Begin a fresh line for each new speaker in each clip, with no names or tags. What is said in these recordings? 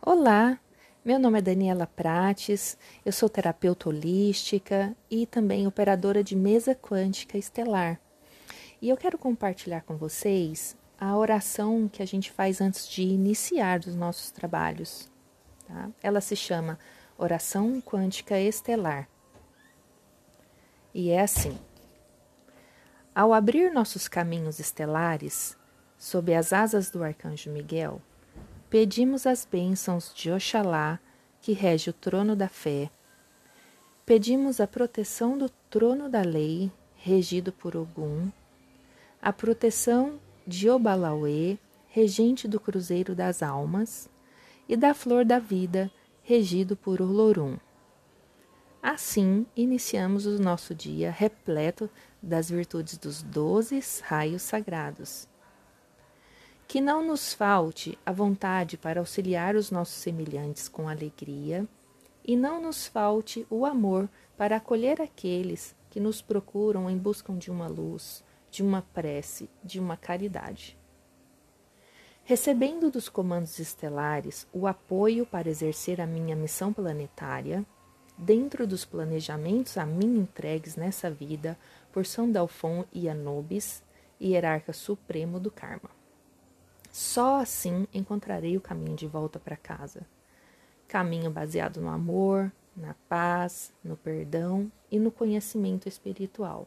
Olá, meu nome é Daniela Prates, eu sou terapeuta holística e também operadora de mesa quântica estelar. E eu quero compartilhar com vocês a oração que a gente faz antes de iniciar os nossos trabalhos. Tá? Ela se chama Oração Quântica Estelar. E é assim: ao abrir nossos caminhos estelares, sob as asas do Arcanjo Miguel, pedimos as bênçãos de Oxalá, que rege o trono da fé. Pedimos a proteção do trono da lei, regido por Ogum, a proteção de Obalauê, regente do cruzeiro das almas, e da flor da vida, regido por Olorum. Assim, iniciamos o nosso dia repleto das virtudes dos 12 raios sagrados. Que não nos falte a vontade para auxiliar os nossos semelhantes com alegria, e não nos falte o amor para acolher aqueles que nos procuram em busca de uma luz, de uma prece, de uma caridade. Recebendo dos comandos estelares o apoio para exercer a minha missão planetária, dentro dos planejamentos a mim entregues nessa vida por São Delfon e Anubis, hierarca supremo do karma. Só assim encontrarei o caminho de volta para casa. Caminho baseado no amor, na paz, no perdão e no conhecimento espiritual.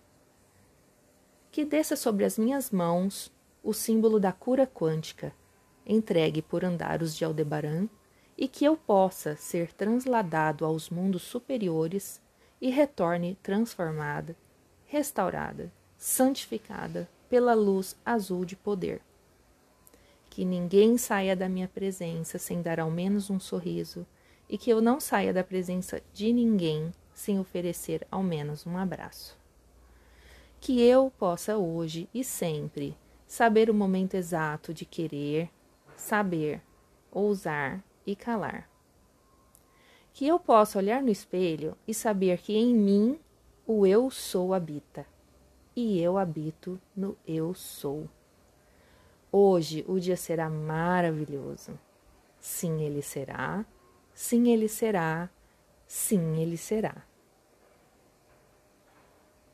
Que desça sobre as minhas mãos o símbolo da cura quântica, entregue por Andaros de Aldebaran, e que eu possa ser transladado aos mundos superiores e retorne transformada, restaurada, santificada pela luz azul de poder. Que ninguém saia da minha presença sem dar ao menos um sorriso, e que eu não saia da presença de ninguém sem oferecer ao menos um abraço. Que eu possa hoje e sempre saber o momento exato de querer, saber, ousar e calar. Que eu possa olhar no espelho e saber que em mim o eu sou habita, e eu habito no eu sou. Hoje o dia será maravilhoso. Sim, ele será. Sim, ele será. Sim, ele será.